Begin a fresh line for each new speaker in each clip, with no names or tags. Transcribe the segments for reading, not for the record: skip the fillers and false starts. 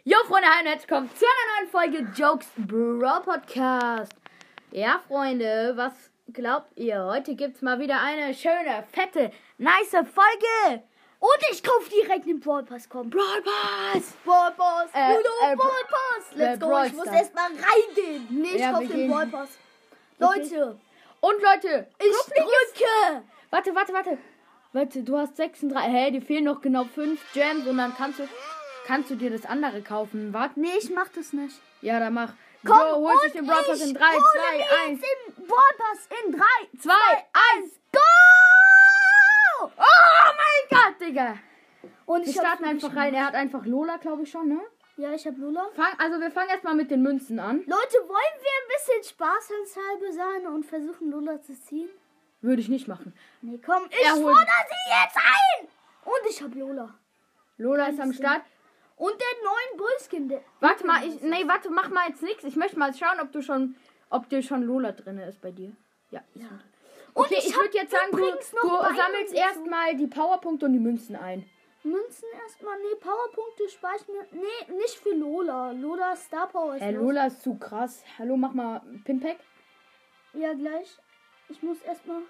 Jo Freunde, hi und herzlich willkommen zu einer neuen Folge Jokes Brawl Podcast. Ja Freunde, was glaubt ihr? Heute gibt's mal wieder eine schöne, fette, nice Folge.
Und ich kaufe direkt den Brawl Pass. Komm.
Brawl Pass.
Brawl Pass. Brawl Pass. Let's go.
Brawl
Ich muss
Stars.
erstmal reingehen. Nee, ich
Ja,
kaufe
wir
den
gehen.
Brawl Pass.
Okay.
Leute,
Und Leute,
ich drücke.
Warte, du hast 36. Hä, dir fehlen noch genau 5 Gems und dann kannst du dir das andere kaufen. Warte.
Nee, ich mach das nicht.
Ja, dann mach.
Komm,
Jo, hol
und
sich den Brawl Pass in 3, 2,
hole mir
1.
jetzt den Brawl Pass in 3,
2, 1.
Go!
Oh mein Gott, Digga.
Und
Wir starten einfach rein. Er hat einfach Lola, glaube ich schon, ne?
Ja, ich hab Lola.
Wir fangen erstmal mit den Münzen an.
Leute, wollen wir ein bisschen spaßenshalber sein und versuchen, Lola zu ziehen?
Würde ich nicht machen.
Nee, komm, ich
Er
fordere
holt-
sie jetzt ein! Und ich hab Lola.
Lola ist am Start.
Und der neuen Bullskin.
Warte mal, mach mal jetzt nichts. Ich möchte mal schauen, ob dir schon Lola drin ist bei dir. Ja. Ist drin.
Und
Okay, ich
hab
würde jetzt sagen,
übrigens
du
noch Beine
sammelst
dazu.
erstmal die Powerpunkte und die Münzen ein.
Münzen erstmal. Nee, Powerpunkte spare ich mir. Nee, nicht für Lola. Lola Star Power ist los.
Lola ist zu krass. Hallo, mach mal Pinpack.
Ja, gleich. Ich muss erstmal.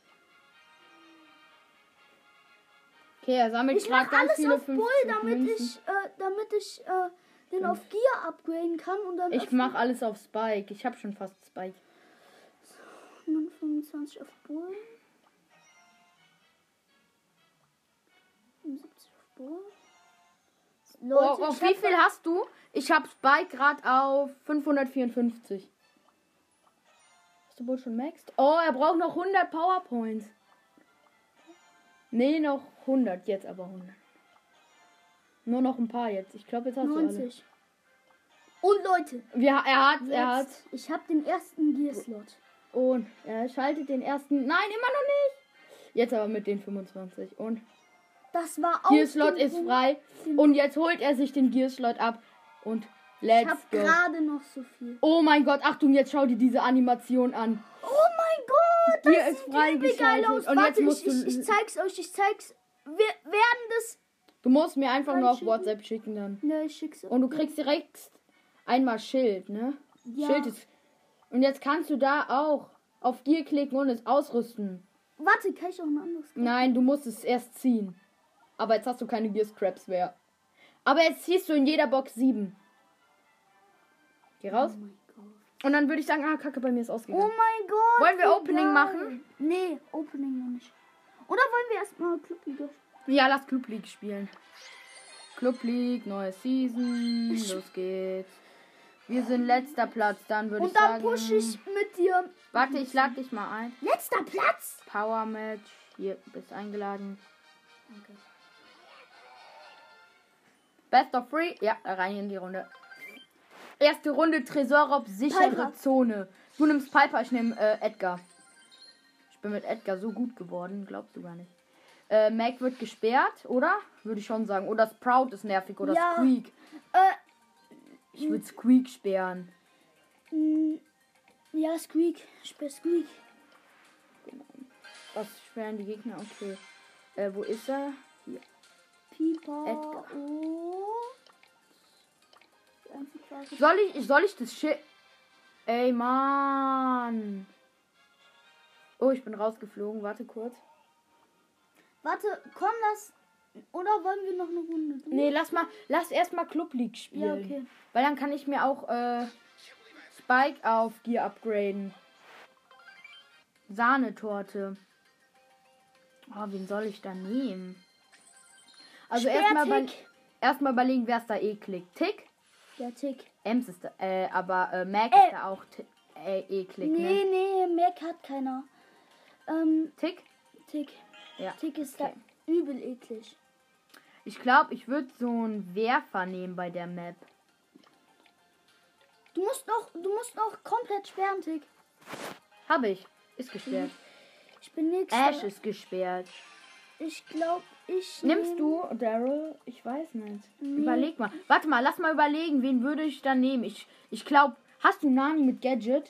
Okay, er sammelt
Ich
gerade
mach
ganz
alles
viele
auf
50
Bull, damit
Münzen.
ich den auf Gear upgraden kann. Und dann
Ich mach alles auf Spike. Ich habe schon fast Spike.
25 auf Bull. 75 auf Bull. Leute,
Auf wie viel hast du? Ich habe Spike gerade auf 554. Hast du wohl schon maxed? Oh, er braucht noch 100 Powerpoints. Nee, noch 100. Jetzt aber 100. Nur noch ein paar jetzt. Ich glaube, jetzt hast
90. Und Leute,
du alle. Er hat.
ich habe den ersten Gear-Slot.
Und er schaltet den ersten. Nein, immer noch nicht. Jetzt aber mit den 25. Und
Das war auch.
Gear-Slot ist frei. Und jetzt holt er sich den Gear-Slot ab. Und
Ich
let's
habe
go.
gerade noch so viel.
Oh mein Gott, Achtung, jetzt schau dir diese Animation an.
Oh mein Gott, das
Hier ist
sieht übel geil
freigeschaltet.
aus.
Und
Warte,
jetzt musst
ich zeig's euch, Wir werden das.
Du musst mir einfach nur auf
Schicken.
WhatsApp schicken dann.
Ne, ich schick's.
Und du kriegst direkt einmal Schild, ne?
Ja.
Schild ist. Und jetzt kannst du da auch auf Gear klicken und es ausrüsten.
Warte, kann ich auch ein anderes?
Nein, du musst es erst ziehen. Aber jetzt hast du keine Gear Scraps mehr. Aber jetzt ziehst du in jeder Box 7. Geh raus.
Oh mein Gott.
Und dann würde ich sagen, Kacke, bei mir ist
Oh
ausgegangen.
mein Gott.
Wollen wir
wie
Opening
geil.
machen?
Nee, Opening noch nicht. Oder wollen wir erstmal Clubliga?
Ja, lass Club League spielen. Club League, neue Season. Los geht's. Wir sind letzter Platz, dann würde ich
Und dann
sagen.
push ich mit dir.
Warte, ich lade dich mal ein.
Letzter Platz.
Power Match. Hier, bist eingeladen.
Okay.
Best of 3. Ja, rein in die Runde. Erste Runde Tresorraub, sichere
Piper.
Zone. Du nimmst Piper, ich nehme Edgar. Ich bin mit Edgar so gut geworden, glaubst du gar nicht. Mac wird gesperrt, oder? Würde ich schon sagen. Oder Sprout ist nervig, oder
Ja.
Squeak. Ich würde Squeak sperren.
Ja, Squeak. Ich bin Squeak.
Was sperren die Gegner? Okay. Wo ist er? Hier.
Pieper.
Edgar.
Oh. Die einzige Frage-
Soll ich das Schild... Ey, Mann. Oh, ich bin rausgeflogen. Warte kurz.
Warte, komm, das. Oder wollen wir noch eine Runde?
Nee, lass erstmal Club League spielen.
Ja, okay.
Weil dann kann ich mir auch Spike auf Gear upgraden. Sahnetorte. Oh, wen soll ich da nehmen? Also
Sperrtick.
erstmal überlegen, wer es da eklig. Tick?
Ja, Tick.
Ems ist da, aber Mac ist da auch eklig,
Nee,
ne?
nee, Mac hat keiner.
Tick?
Tick.
Ja.
Tick ist
Okay.
da übel eklig.
Ich glaube, ich würde so einen Werfer nehmen bei der Map.
Du musst noch komplett sperren, Tick.
Habe ich. Ist gesperrt.
Ich bin nix.
Ash ist gesperrt.
Ich glaube, ich.
Nimmst du Daryl? Ich weiß nicht.
Nee.
Überleg mal. Warte mal, lass mal überlegen, wen würde ich dann nehmen? Ich glaube, hast du Nani mit Gadget?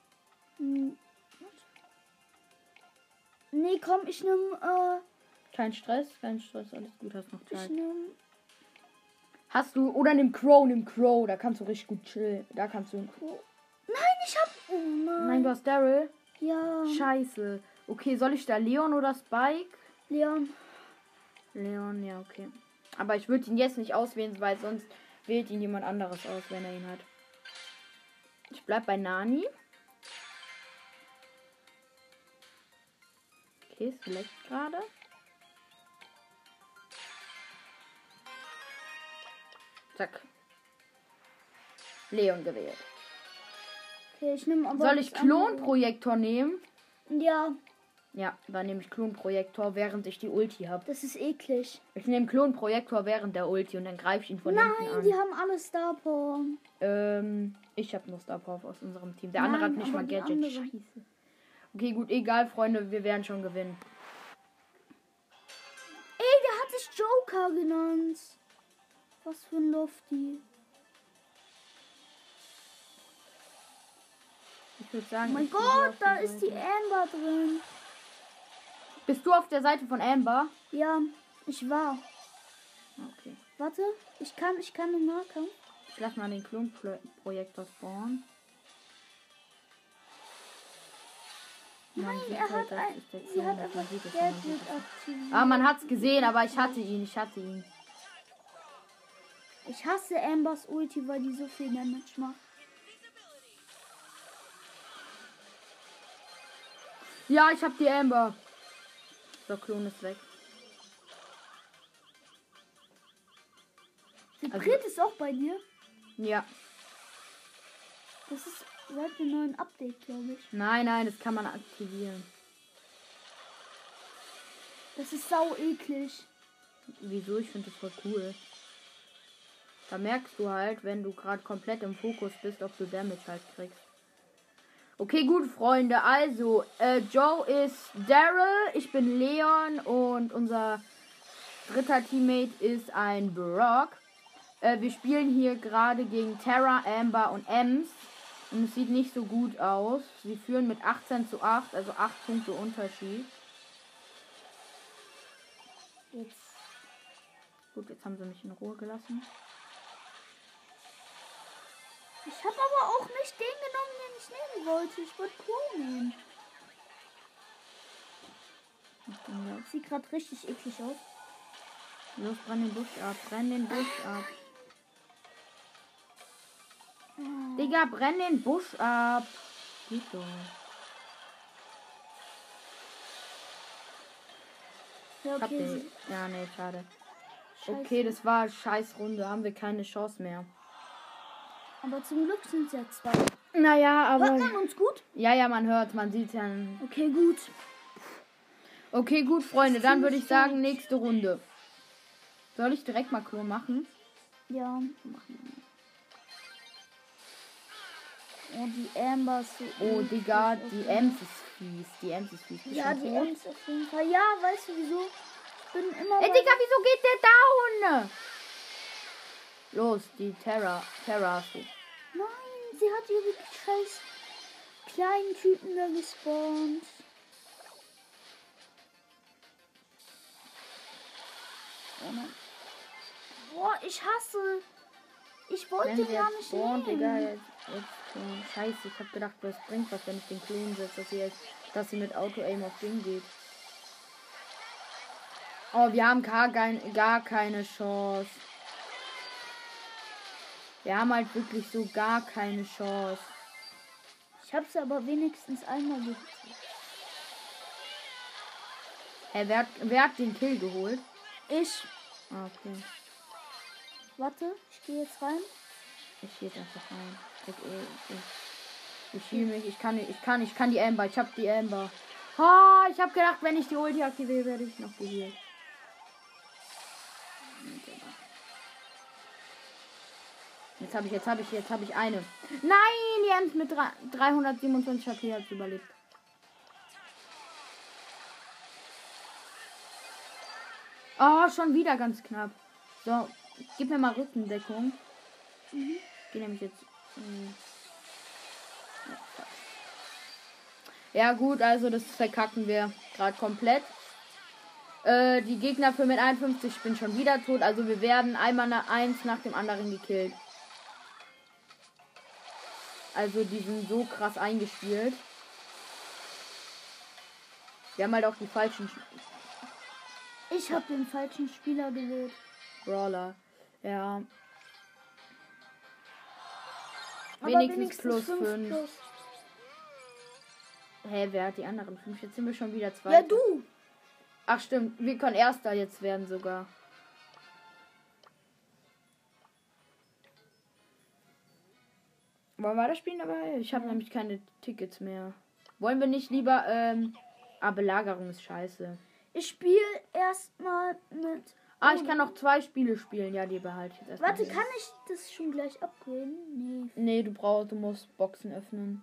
Nee, komm, ich nehme.
Kein Stress, alles gut, hast noch
Ich
Zeit.
nehme.
Hast du, oder nimm Crow, da kannst du richtig gut chillen. Da kannst du.
Nein, ich hab. Oh nein.
Nein, du hast Daryl.
Ja.
Scheiße. Okay, soll ich da Leon oder Spike?
Leon.
Leon, ja, okay. Aber ich würde ihn jetzt nicht auswählen, weil sonst wählt ihn jemand anderes aus, wenn er ihn hat. Ich bleib bei Nani. Okay, es leckt gerade. Zack. Leon gewählt.
Okay, ich nehme aber.
Soll ich Klonprojektor nehmen?
Ja,
Ja, dann nehme ich Klonprojektor, während ich die Ulti habe.
das ist eklig.
Ich nehme Klonprojektor während der Ulti und dann greife ich ihn von hinten
Nein,
an.
die haben alle Star Power.
Ich habe nur Star Power aus unserem Team. Der andere
Nein,
hat nicht
aber
mal
die
Gadget.
andere.
Scheiße. Okay, gut, egal, Freunde, wir werden schon gewinnen.
Ey, der hat sich Joker genannt. Was für ein Lofty.
Ich würde sagen,
Oh mein
ich bin
Gott,
auf
da
der
ist die
Seite.
Amber drin.
Bist du auf der Seite von Amber?
Ja, ich war.
Okay.
Warte, ich kann den Nahkampf.
Ich lass mal den Klonprojektor spawnen.
Nein,
Man sieht
er
halt,
hat
das
ein.
ist der
Sie
Klon,
hat
man
einfach
sieht es, man sieht
Gadget
es.
aktiviert.
Ah, man hat's gesehen, aber ich hatte ihn.
Ich hasse Ambers Ulti, weil die so viel Damage macht.
Ja, ich hab die Amber. Der Klon ist weg.
Vibriert ist auch bei dir.
Ja.
Das ist seit dem neuen Update, glaube ich.
Nein, das kann man aktivieren.
Das ist sau eklig.
Wieso? Ich finde das voll cool. Da merkst du halt, wenn du gerade komplett im Fokus bist, ob du Damage halt kriegst. Okay, gut, Freunde. Also, Joe ist Daryl, ich bin Leon und unser dritter Teammate ist ein Brock. Wir spielen hier gerade gegen Terra, Amber und Ems. Und es sieht nicht so gut aus. Sie führen mit 18:8, also 8 Punkte Unterschied.
Jetzt.
Gut, jetzt haben sie mich in Ruhe gelassen.
Ich habe aber auch nicht den genommen, den ich nehmen wollte. Ich wollte Crow nehmen. Sieht gerade richtig eklig aus.
Los, brenn den Busch ab, brenn den Busch ab. Digga, brenn den Busch ab. Geht doch.
Ja,
Hab
okay.
den. Ja, nee, schade.
Scheiße.
Okay, das war scheiß Runde. Haben wir keine Chance mehr.
Aber zum Glück sind es ja zwei.
Naja,
Hört man uns gut?
Ja, man hört, man sieht ja.
Okay, gut.
Okay, gut, Freunde. Dann würde ich
Ziemlich
sagen, nächste Runde. Soll ich direkt mal Klon machen?
Ja. Oh, die Amber ist so.
Oh, Digga,
eklig.
die Ems ist fies. Bist
Ja,
du
die
tot?
Ems auf jeden Fall. Ja, weißt du wieso? Ich bin immer.
Ey, Digga, wieso geht der down? Los, die Terra hast du.
Nein, sie hat ihre scheiß kleinen Typen da gespawnt. Oh nein. Boah, ich hasse. Ich wollte
Wenn
den
sie
gar
jetzt
nicht
spawnt, Digga,
nehmen.
Scheiße, ich hab gedacht, was bringt was, wenn ich den Klon setze, dass sie mit Auto-Aim auf Ding geht. Oh, wir haben gar keine Chance. Wir haben halt wirklich so gar keine Chance.
Ich hab's aber wenigstens einmal gekriegt.
Hey, wer hat den Kill geholt?
Ich.
Ah, okay.
Warte, ich gehe jetzt rein.
Ich gehe einfach rein. Ich heal mich. Ich kann die Amber. Ich hab die Amber. Ha, ich hab gedacht, wenn ich die Ulti aktiviere, werde ich noch geheilt. Jetzt habe ich eine. Nein, die Ems mit 327 HP hat überlebt. Oh, schon wieder ganz knapp. So, gib mir mal Rückendeckung. Ich gehe nämlich jetzt. Ja gut, also das verkacken wir gerade komplett. Die Gegner für mit 51, ich bin schon wieder tot. Also wir werden einmal eins nach dem anderen gekillt. Also die sind so krass eingespielt. Wir haben halt auch die falschen
Ich habe den falschen Spieler gewählt.
Brawler. Ja.
Aber
Wenigstens plus
5
5.
plus.
Hä, wer hat die anderen 5? Jetzt sind wir schon wieder 2.
Ja, du.
Ach stimmt, wir können Erster jetzt werden sogar. Wollen wir das spielen dabei? Ich habe nämlich keine Tickets mehr. Wollen wir nicht lieber, Belagerung ist scheiße.
Ich spiele erstmal mit.
Ich kann noch 2 Spiele spielen. Ja, die behalte ich jetzt erstmal.
Warte,
hier.
kann ich das schon gleich upgraden? Nee.
Nee, du musst Boxen öffnen.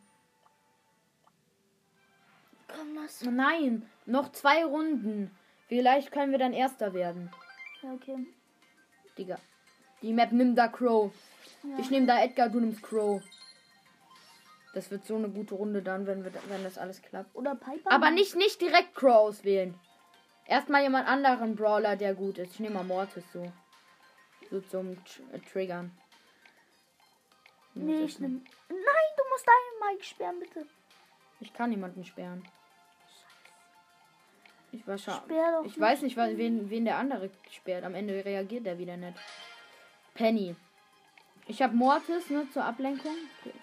Komm, lass.
Nein, noch 2 Runden. Vielleicht können wir dann Erster werden.
Ja, okay.
Digga. Die Map nimmt da Crow.
Ja.
Ich nehme da Edgar, du nimmst Crow. Das wird so eine gute Runde dann, wenn das alles klappt.
Oder Piper.
Aber nicht direkt Crow auswählen. Erstmal jemand anderen Brawler, der gut ist. Ich nehme mal Mortis so. So zum Triggern.
Nee, ich nehme. Nein, du musst deinen Mike sperren, bitte.
Ich kann niemanden sperren. Ich war schon.
Sperr doch
Ich weiß nicht, wen der andere sperrt. Am Ende reagiert er wieder nicht. Penny. Ich habe Mortis, ne, zur Ablenkung. Okay.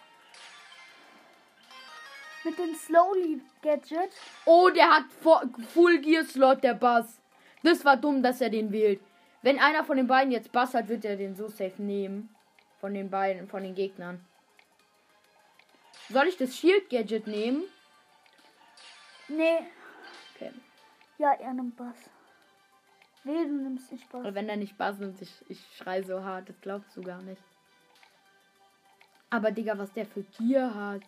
Mit dem Slowly Gadget.
Oh, der hat Full Gear Slot, der Bass. Das war dumm, dass er den wählt. Wenn einer von den beiden jetzt Bass hat, wird er den so safe nehmen. Von den beiden, von den Gegnern. Soll ich das Shield Gadget nehmen?
Nee.
Okay.
Ja, er nimmt Bass. Nee, du nimmst nicht Bass.
Aber wenn er nicht Bass nimmt, ich schrei so hart, das glaubst du gar nicht. Aber Digga, was der für Gier hat.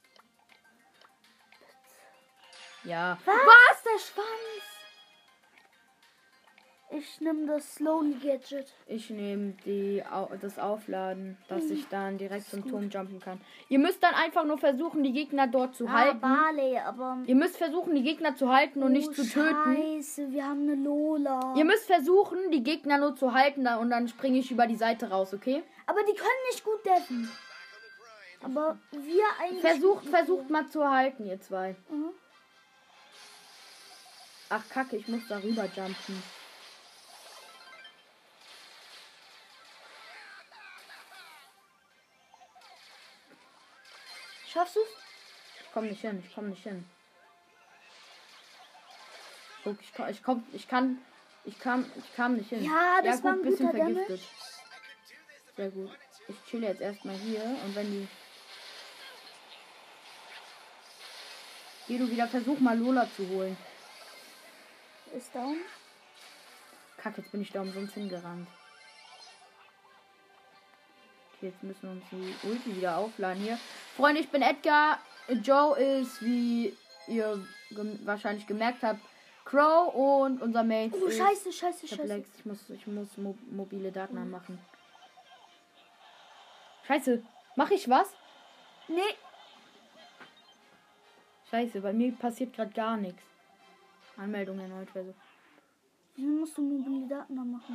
Ja.
Was? Der Schwanz? Ich nehme das Slowly Gadget.
Ich nehme das Aufladen, dass ich dann direkt zum
gut.
Turm jumpen kann. Ihr müsst dann einfach nur versuchen, die Gegner dort zu halten.
Barley, aber.
Ihr müsst versuchen, die Gegner zu halten und nicht zu töten.
Scheiße, wir haben eine Lola.
Ihr müsst versuchen, die Gegner nur zu halten und dann springe ich über die Seite raus, okay?
Aber die können nicht gut deffen. Aber wir eigentlich.
Versucht mal zu halten, ihr zwei.
Mhm.
Ach, Kacke, ich muss darüber jumpen.
Schaffst du's?
Ich komme nicht hin. Guck, ich kam nicht hin.
Ja, das war ein
bisschen
guter
vergiftet. Sehr gut. Ich chill jetzt erstmal hier und wenn die. Geh du wieder, versuch mal Lola zu holen.
Ist down.
Kacke, jetzt bin ich da umsonst hingerannt. Okay, jetzt müssen wir uns die Ulti wieder aufladen hier. Freunde, ich bin Edgar. Joe ist, wie ihr wahrscheinlich gemerkt habt, Crow und unser Mate
Oh,
ist
scheiße.
Lex. Ich muss mobile Daten anmachen. Scheiße, mache ich was?
Nee.
Scheiße, bei mir passiert gerade gar nichts. Anmeldung erneut. Also.
Wieso musst du mobile Daten machen?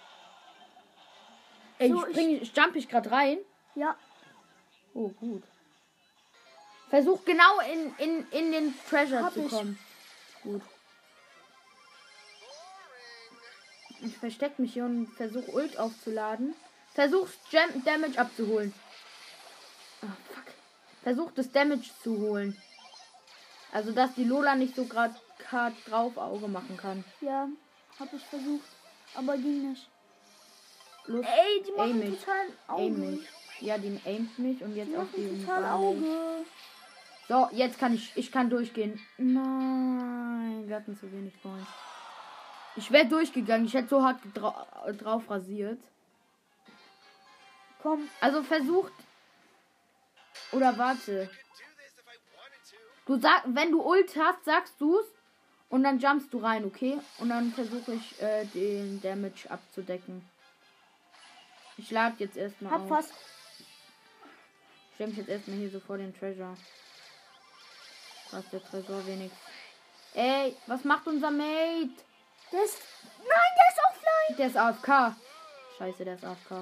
Ey,
So,
jump ich gerade rein?
Ja.
Oh, gut. Versuch genau in den Treasure
Hab
zu
ich.
kommen. Gut. Ich versteck mich hier und versuch Ult aufzuladen. Versuch Damage abzuholen. Oh, fuck. Versuch das Damage zu holen. Also, dass die Lola nicht so gerade drauf Auge machen kann.
Ja, hab ich versucht. Aber ging nicht.
Los,
Ey, die machen
mich.
total Auge.
aim mich. Ja, die aimt mich und jetzt
Die
auf die
machen total
Barley.
Auge.
So, jetzt kann ich kann durchgehen. Nein, wir hatten zu wenig Points. Ich wäre durchgegangen. Ich hätte so hart drauf rasiert.
Komm.
Also versucht. Oder warte. Wenn du Ult hast, sagst du's. Und dann jumpst du rein, okay? Und dann versuche ich den Damage abzudecken. Ich lade jetzt erstmal
Hab
auf.
fast.
Ich stelle mich jetzt erstmal hier so vor den Treasure. Was der Tresor wenigstens. Ey, was macht unser Mate?
Der ist... Nein, der ist offline.
Der ist AFK. Scheiße, der ist AFK.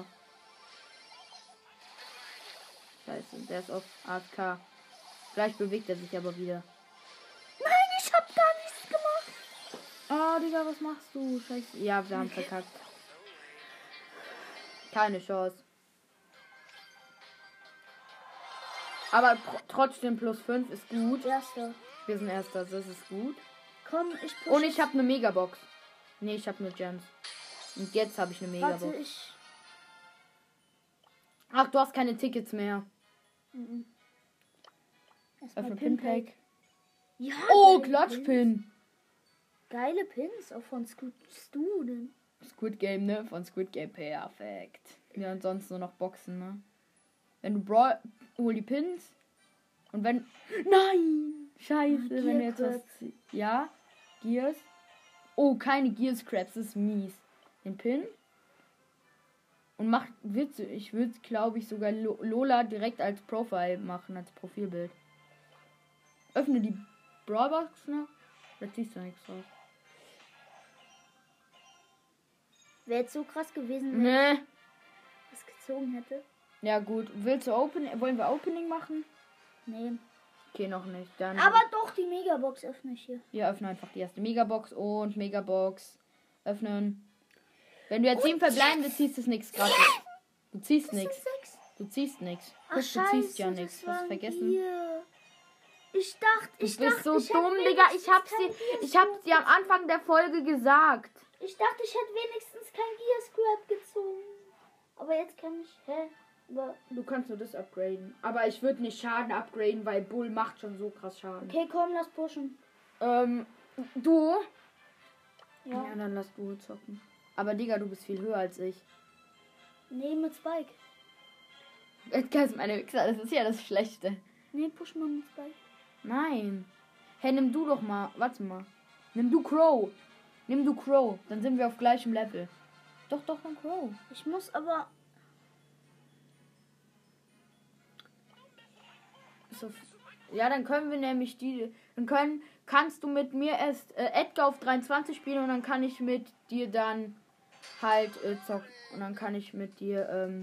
Scheiße, der ist auf AFK. Gleich bewegt er sich aber wieder.
Nein, ich hab gar nichts gemacht.
Oh, Digga, was machst du? Scheiße. Ja, wir haben verkackt. Keine Chance. Aber trotzdem plus 5 ist gut.
Erster.
Wir sind Erster, das ist gut.
Komm, ich push.
Und ich habe eine Megabox. Nee, ich habe nur Gems. Und jetzt habe ich eine Megabox.
Warte, ich...
Ach, du hast keine Tickets mehr.
Erstmal
Öffne Pinpack.
Ja,
Oh,
geile
Klatschpin.
Pins. Geile Pins, auch von Student.
Squid Game, ne? Von Squid Game. Perfekt. Ja, und sonst nur noch Boxen, ne? Wenn du Brawl... Hol die Pins. Und wenn... Nein! Scheiße, wenn du jetzt was... Ja? Gears. Oh, keine Gears Crabs. Das ist mies. Den Pin. Und macht Witze. Ich würde, glaube ich, sogar Lola direkt als Profile machen, als Profilbild. Öffne die Brawlbox noch. Da ziehst du nichts drauf.
Wäre jetzt so krass gewesen, wenn
Ne.
ich das gezogen hätte.
Ja gut. Willst du wollen wir Opening machen?
Nee.
Okay, noch nicht. Dann
Aber doch, die Megabox öffne ich hier.
wir öffnen einfach die erste Megabox und Megabox öffnen. Wenn du jetzt 7 verbleibende ziehst, ist nichts gratis. Du ziehst nichts. Du ziehst nichts.
Ach,
Du
scheiße,
ziehst ja nichts. Du hast vergessen.
Hier. Ich dachte,
Du bist so dumm, Digga. Ich hab's dir am Anfang der Folge gesagt.
Ich dachte, ich hätte wenigstens kein Gear Scrap gezogen. Aber jetzt kann ich... Hä? Aber
Du kannst nur das upgraden. Aber ich würde nicht Schaden upgraden, weil Bull macht schon so krass Schaden.
okay, komm, lass pushen.
Du?
Ja.
Ja, dann lass du zocken. Aber Digga, du bist viel höher als ich.
Nee, mit Spike.
Edgar ist meine Wichser, das ist ja das Schlechte.
Nee, push mal mit Spike.
Nein. Hey, nimm du doch mal. Warte mal. Nimm du Crow. Nimm du Crow. Dann sind wir auf gleichem Level. Doch, dann Crow.
Ich muss aber...
So, ja, dann können wir nämlich kannst du mit mir erst Edgar auf 23 spielen und dann kann ich mit dir dann halt zocken. Und dann kann ich mit dir,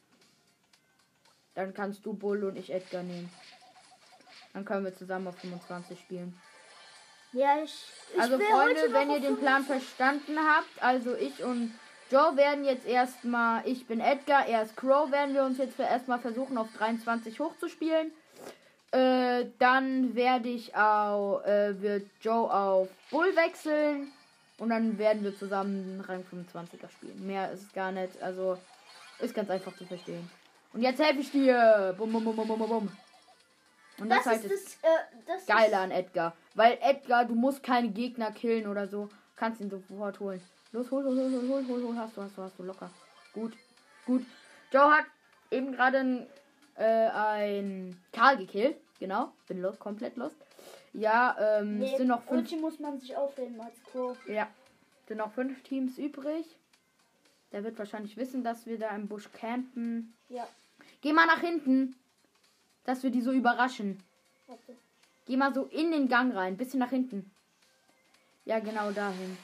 dann kannst du Bull und ich Edgar nehmen. Dann können wir zusammen auf 25 spielen.
Ja, ich
Also
will
Freunde,
heute
wenn
noch
ihr
auf
den Plan verstanden habt, also ich und Joe werden jetzt erstmal, ich bin Edgar, er ist Crow, werden wir uns jetzt erstmal versuchen auf 23 hochzuspielen. Dann werde wird Joe auf Bull wechseln und dann werden wir zusammen Rang 25er spielen. Mehr ist es gar nicht, also ist ganz einfach zu verstehen. Und jetzt helfe ich dir. Bum, bum, bum, bum, bum, bum. Und das halt ist
das
Geile an Edgar. Weil Edgar, du musst keine Gegner killen oder so. Kannst ihn sofort holen. Los, hol. Hast du locker. Gut. Joe hat eben gerade ein Karl gekillt. Genau. Bin komplett lost. Ja, es sind noch 5.
Ulti muss man sich aufheben als Crow.
Ja. Sind noch 5 Teams übrig. Der wird wahrscheinlich wissen, dass wir da im Busch campen.
Ja.
Geh mal nach hinten. Dass wir die so überraschen.
Warte.
Geh mal so in den Gang rein. Bisschen nach hinten. Ja, genau dahin.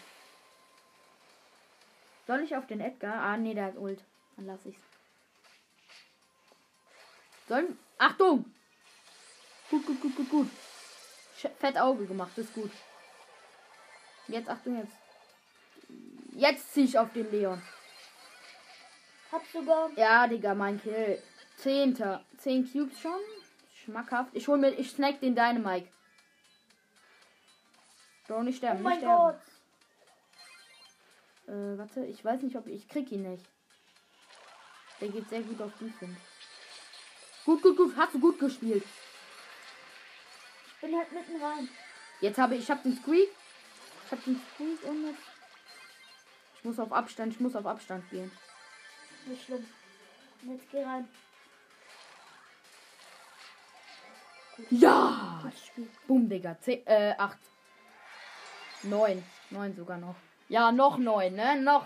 Soll ich auf den Edgar? Ah, nee, der hat Ult. Dann lass ich's. Achtung! Gut. Fett Auge gemacht, ist gut. Jetzt, Achtung, jetzt. Jetzt zieh ich auf den Leon.
Hab sogar...
Ja, Digga, mein Kill. 10. 10 Cubes schon. Schmackhaft. Ich snack den Dynamite. Doch, nicht sterben.
Oh mein
nicht sterben.
Gott.
Warte, ich weiß nicht, ob ich krieg ihn nicht. Der geht sehr gut auf Defense. Gut. Hast du gut gespielt.
Ich bin halt mitten rein.
Jetzt ich hab den Squeak. Und jetzt. Ich muss auf Abstand gehen.
Nicht schlimm. Jetzt geh rein.
Ja!
Gutes Spiel.
Boom, Digga. 8. 9 sogar noch. Ja, noch 9, ne? Noch.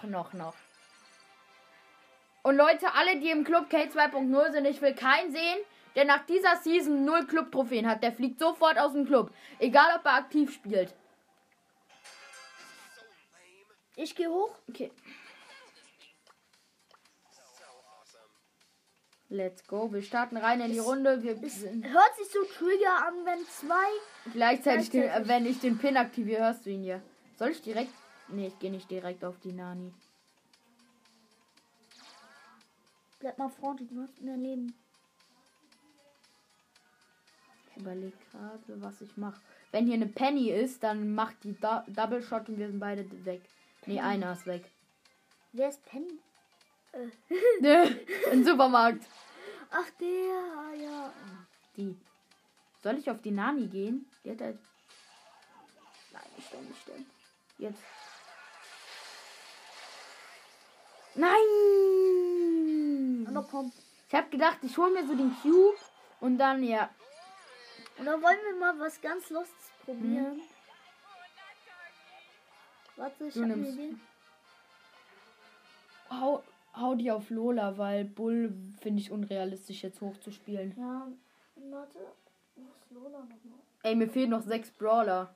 Und Leute, alle, die im Club K2.0 sind, ich will keinen sehen, der nach dieser Season 0 Club-Trophäen hat. Der fliegt sofort aus dem Club. Egal, ob er aktiv spielt.
Ich gehe hoch.
Okay. Let's go. Wir starten rein in die Runde. Wir sind
Hört sich so Trigger an, wenn zwei.
gleichzeitig,
gleichzeitig.
wenn ich den Pin aktiviere, hörst du ihn ja. Soll ich direkt? Nee, ich gehe nicht direkt auf die Nani.
Bleib mal freundlich, du hast mehr Leben.
Ich überlege gerade, was ich mache. Wenn hier eine Penny ist, dann macht die Double Shot und wir sind beide weg. Nee, einer ist weg.
Wer ist Penny?
Im Supermarkt.
Ach, der, ja.
Die. Soll ich auf die Nani gehen? Die hat halt.
Nein, ich will nicht sterben.
Jetzt. Nein!
Aber komm.
Ich habe gedacht, ich hole mir so den Cube und dann, ja.
Und dann wollen wir mal was ganz Lustiges probieren. Warte, ich
Du
habe eine
nimmst.
Idee.
Hau die auf Lola, weil Bull finde ich unrealistisch jetzt hochzuspielen.
Ja, warte. Wo ist Lola nochmal?
Ey, mir fehlen noch 6 Brawler.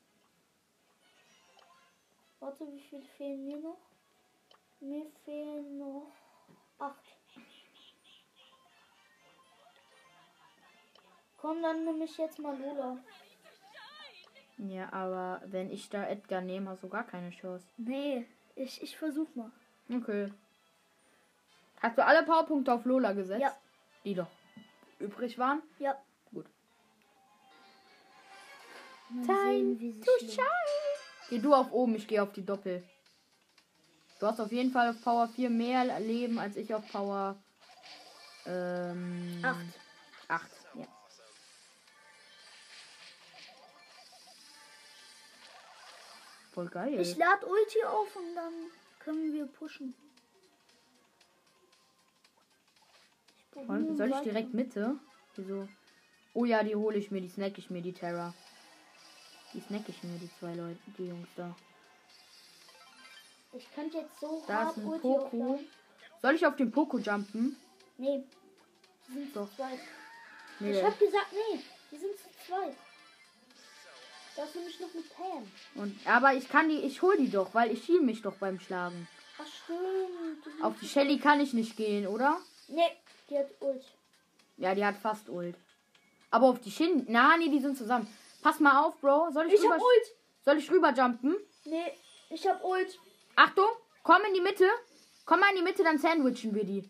Warte, wie viel fehlen mir noch? Mir fehlen noch 8. Komm, dann nehme ich jetzt mal Lola.
Ja, aber wenn ich da Edgar nehme, hast du gar keine Chance.
Nee, ich versuch mal.
Okay. Hast du alle Powerpunkte auf Lola gesetzt?
Ja.
Die doch übrig waren?
Ja.
Gut.
Mal
Time
sehen, wie sie
to
schlägt.
shine. Geh du auf oben, ich gehe auf die Doppel. Du hast auf jeden Fall auf Power 4 mehr Leben als ich auf Power
8.
8. Ja. Voll geil.
Ich lade Ulti auf und dann können wir pushen.
Soll ich direkt Mitte? Wieso? Oh ja, die hole ich mir, die snack ich mir, die Terra. Die snack ich mir, die zwei Leute, die Jungs da.
Ich könnte jetzt so
Da
hart
ist ein
Ulti
Poco.
aufladen.
Soll ich auf den Poco jumpen?
Nee. Die sind zu
Doch.
zweit.
Nee.
Ich hab gesagt, nee. Die sind zu zweit. Da ist nämlich noch eine Pam.
Aber ich hol die doch, weil ich heal mich doch beim Schlagen.
Ach stimmt.
Auf die Shelly kann ich nicht gehen, oder?
Nee, die hat Ult.
Ja, die hat fast Ult. Aber auf die Shin. Na, nee, die sind zusammen. Pass mal auf, Bro. Soll
Ich hab Ult.
Soll ich rüber jumpen?
Nee, ich hab Ult.
Achtung, komm in die Mitte. Komm mal in die Mitte, dann sandwichen wir die.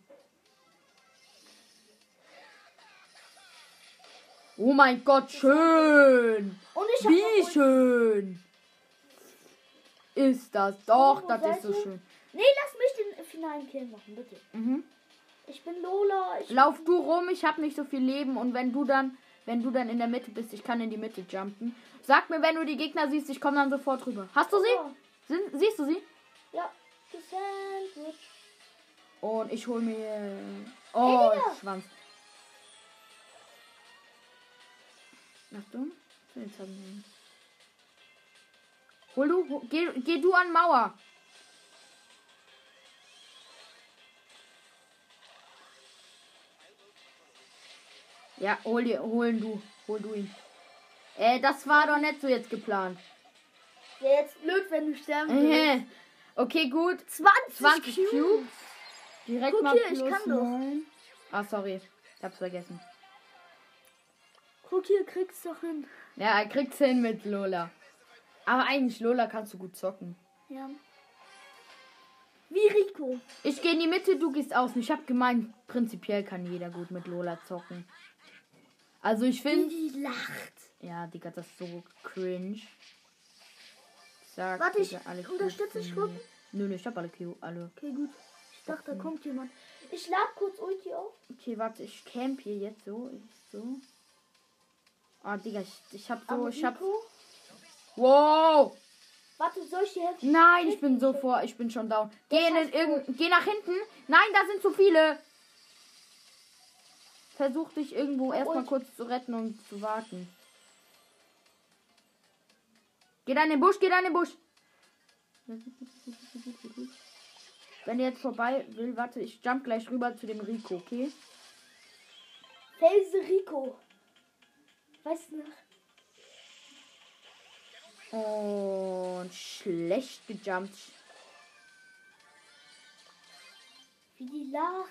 Oh mein Gott, schön.
Und ich hab
Wie
noch Ult.
schön. Ist das. Doch,
Oh,
das ist so
Seite?
schön.
Nee, lass mich den finalen Kill machen, bitte.
Mhm.
Ich bin Lola.
Lauf du rum, ich habe nicht so viel Leben und wenn du dann in der Mitte bist, ich kann in die Mitte jumpen. Sag mir, wenn du die Gegner siehst, ich komme dann sofort rüber. Hast du sie?
Ja,
Siehst du sie?
ja. Gesandwich.
Und ich hol mir. Oh,
Digga.
Schwanz. Achtung. Jetzt haben wir ihn. Geh du an Mauer. Ja, hol du ihn. Das war doch nicht so jetzt geplant.
Wäre jetzt blöd, wenn du sterben würdest.
Okay, gut.
20
Cubes. Direkt
Guck
mal
hier, ich
plus
kann doch.
9. Ah, sorry. Ich hab's vergessen.
Guck hier, kriegst du doch hin.
Ja, er kriegt's hin mit Lola. Aber eigentlich Lola kannst du gut zocken.
Ja. Wie Rico.
Ich gehe in die Mitte, du gehst außen. Ich habe gemeint, prinzipiell kann jeder gut mit Lola zocken. Also ich finde...
Die lacht.
Ja, Digga, das ist so cringe. Sag,
Warte, ich
Digga, alle
unterstütze dich
Cubes.
kurz.
Nö, ich hab alle.
Okay, gut. Ich dachte, da kommt jemand. Ich lade kurz Ulti auf.
Okay, warte, ich camp hier jetzt so. Ah, Digga, ich hab so...
Aber
Ich hab...
Rico?
Wow!
Warte, soll ich dir helfen?
Nein, ich bin schon down. Geh nach hinten. Nein, da sind zu viele. Versuch dich irgendwo erstmal
Und?
kurz zu retten und zu warten. Geh da in den Busch. Wenn der jetzt vorbei will, warte, ich jump gleich rüber zu dem Rico, okay?
Felse Rico. Weißt du noch?
Und schlecht gejumpt.
Wie die lacht.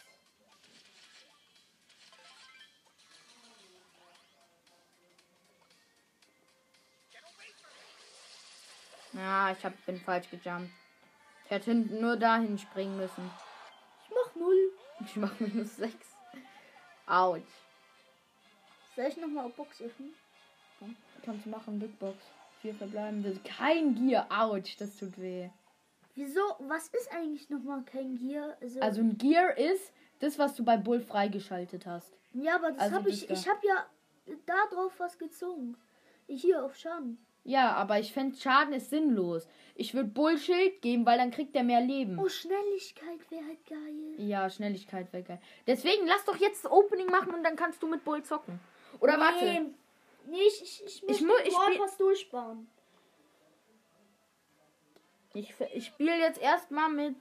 Ja, bin falsch gejumpt. Ich hätte nur dahin springen müssen.
Ich mach 0.
Ich mach -6. Autsch.
Soll ich nochmal auf Box öffnen?
Kannst du machen, Big Box. 4 verbleibende. Kein Gear. Autsch, das tut weh.
Wieso? Was ist eigentlich nochmal kein Gear?
Also ein Gear ist das, was du bei Bull freigeschaltet hast.
Ja, aber das
also
habe ich. Ich habe ja da drauf was gezogen. Hier auf Schaden.
Ja, aber ich fände, Schaden ist sinnlos. Ich würde Bullschild geben, weil dann kriegt er mehr Leben.
Oh, Schnelligkeit wäre halt geil.
Ja, Schnelligkeit wäre geil. Deswegen lass doch jetzt das Opening machen und dann kannst du mit Bull zocken. Oder warte.
Nee, ich möchte was durchbauen.
Ich spiele jetzt erstmal mit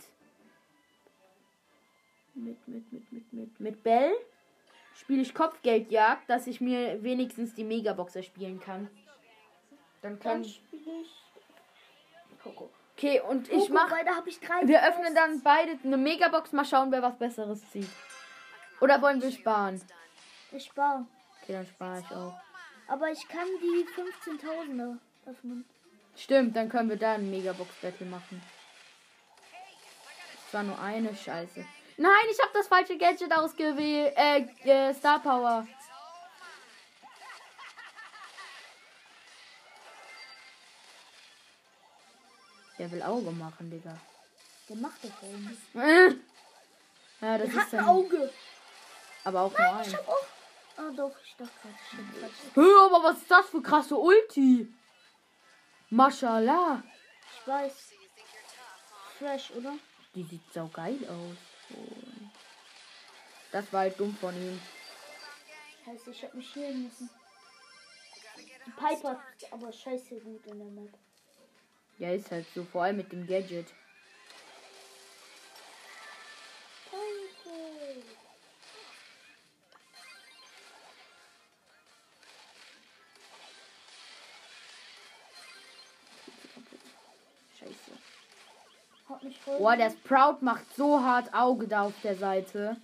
Bell. Spiele ich Kopfgeldjagd, dass ich mir wenigstens die Megabox erspielen kann. Dann
spiele ich Poco.
Okay, und ich mache. Wir öffnen dann beide eine Megabox. Mal schauen, wer was Besseres zieht. Oder wollen wir sparen?
Ich spare.
Okay, dann spare ich auch.
Aber ich kann die 15.000er öffnen.
Stimmt, dann können wir da ein Megabox-Battle machen. Das war nur eine Scheiße. Nein, ich habe das falsche Gadget ausgewählt. Star Power. Der will Auge machen, Digga.
Der macht das Auge.
Ja, das
Der
ist
hat ein Auge.
Aber auch
Nein,
nur ein.
ich hab auch. Ah, doch, ich dachte gerade.
Hör, aber was ist das für krasse Ulti? Mashallah.
Ich weiß. Fresh, oder?
Die sieht so geil aus. Und das war halt dumm von ihm.
Scheiße, ich hab mich healen müssen. Die Piper ist aber scheiße gut in der Map.
Ja, ist halt so, vor allem mit dem Gadget. Scheiße.
Hat mich voll.
Boah, der Sprout macht so hart Auge da auf der Seite.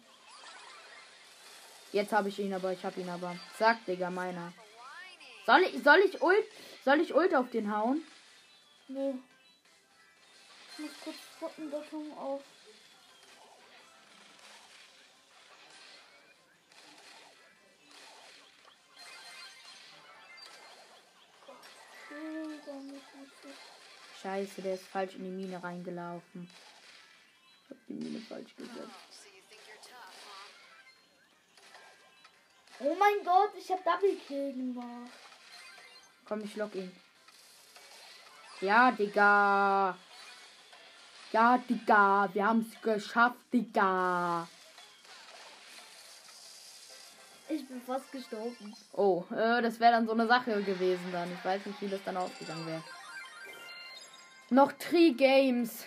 Jetzt habe ich ihn aber, Sag, Digga, meiner. Soll ich Ult auf den hauen?
Nee. Ich muss kurz Trockendeckung auf.
Scheiße, der ist falsch in die Mine reingelaufen. Ich hab die Mine falsch gesetzt.
Oh mein Gott, ich hab Double Kill gemacht.
Komm, ich lock ihn. Ja, Digga. Ja, Digga. Wir haben es geschafft, Digga.
Ich bin fast gestorben.
Oh, das wäre dann so eine Sache gewesen dann. Ich weiß nicht, wie das dann ausgegangen wäre. Noch 3 Games.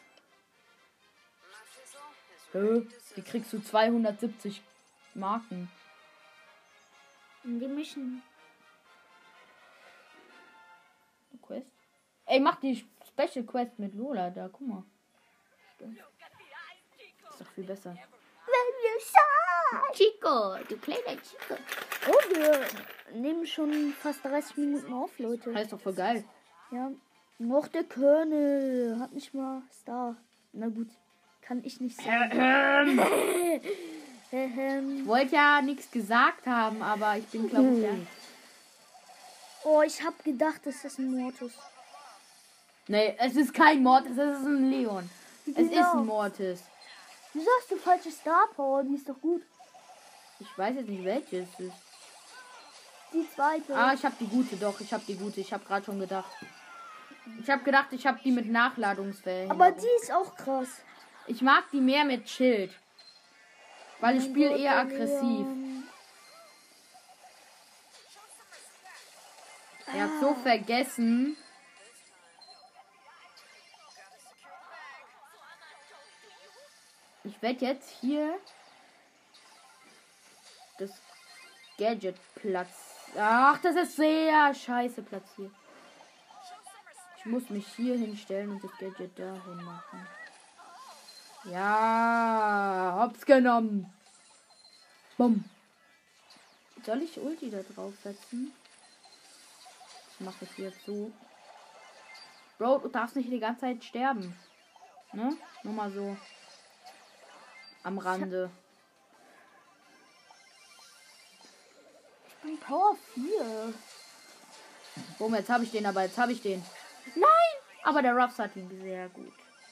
Wie kriegst du 270 Marken?
In die Mission.
Quest? Ey, mach die Special Quest mit Lola da, guck mal. Stimmt. Ist doch viel besser. Chico, du kleiner Chico.
Oh, wir nehmen schon fast 30 Minuten auf, Leute.
Das ist doch voll geil.
Ja, noch der Colonel hat nicht mal Star. Na gut, kann ich nicht sagen.
Ich wollte ja nichts gesagt haben, aber ich bin, glaube ich, ja.
Oh, ich hab gedacht, das ist ein Mortis.
Nee, es ist kein Mortis, es ist ein Leon. Es ist ein Mortis.
Wieso hast du falsche Star Power? Die ist doch gut.
Ich weiß jetzt nicht, welches es ist.
Die zweite.
Ah, ich habe die gute, doch. Ich habe die gute. Ich habe gerade schon gedacht. Ich habe gedacht, ich habe die mit Nachladungsverhinderung.
Aber die ist auch krass.
Ich mag die mehr mit Schild. Weil ich spiele eher aggressiv. Er hat so vergessen. Ich werde jetzt hier das Gadget platzieren. Ach, das ist sehr scheiße platziert. Ich muss mich hier hinstellen und das Gadget dahin machen. Ja, hops genommen. Bumm. Soll ich Ulti da drauf setzen? Das mache ich jetzt so. Bro, du darfst nicht die ganze Zeit sterben. Ne? Nur mal so. Am Rande.
Ich bin Power 4.
Boom, jetzt habe ich den, aber jetzt habe ich den. Nein! Aber der Ruffs hat ihn sehr gut.